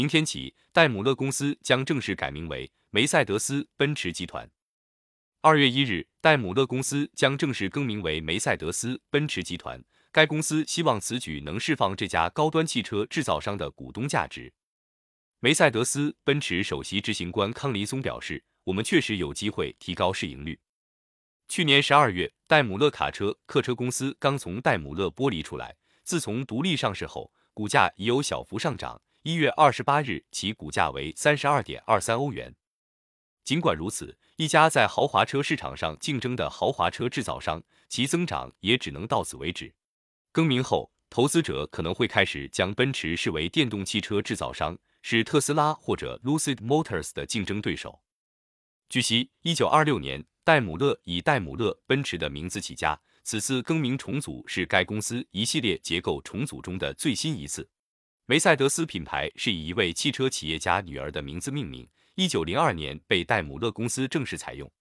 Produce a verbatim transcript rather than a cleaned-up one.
明天起，戴姆勒公司将正式改名为梅赛德斯奔驰集团。二月一日，戴姆勒公司将正式更名为梅赛德斯奔驰集团。该公司希望此举能释放这家高端汽车制造商的股东价值。梅赛德斯奔驰首席执行官康尼松表示：“我们确实有机会提高市盈率。”去年十二月，戴姆勒卡车客车公司刚从戴姆勒剥离出来，自从独立上市后，股价已有小幅上涨。一月二十八日，其股价为 三十二点二三欧元。尽管如此，一家在豪华车市场上竞争的豪华车制造商，其增长也只能到此为止。更名后，投资者可能会开始将奔驰视为电动汽车制造商，是特斯拉或者 Lucid Motors 的竞争对手。据悉，一九二六年，戴姆勒以戴姆勒奔驰的名字起家，此次更名重组是该公司一系列结构重组中的最新一次。梅赛德斯品牌是以一位汽车企业家女儿的名字命名，一九零二年被戴姆勒公司正式采用。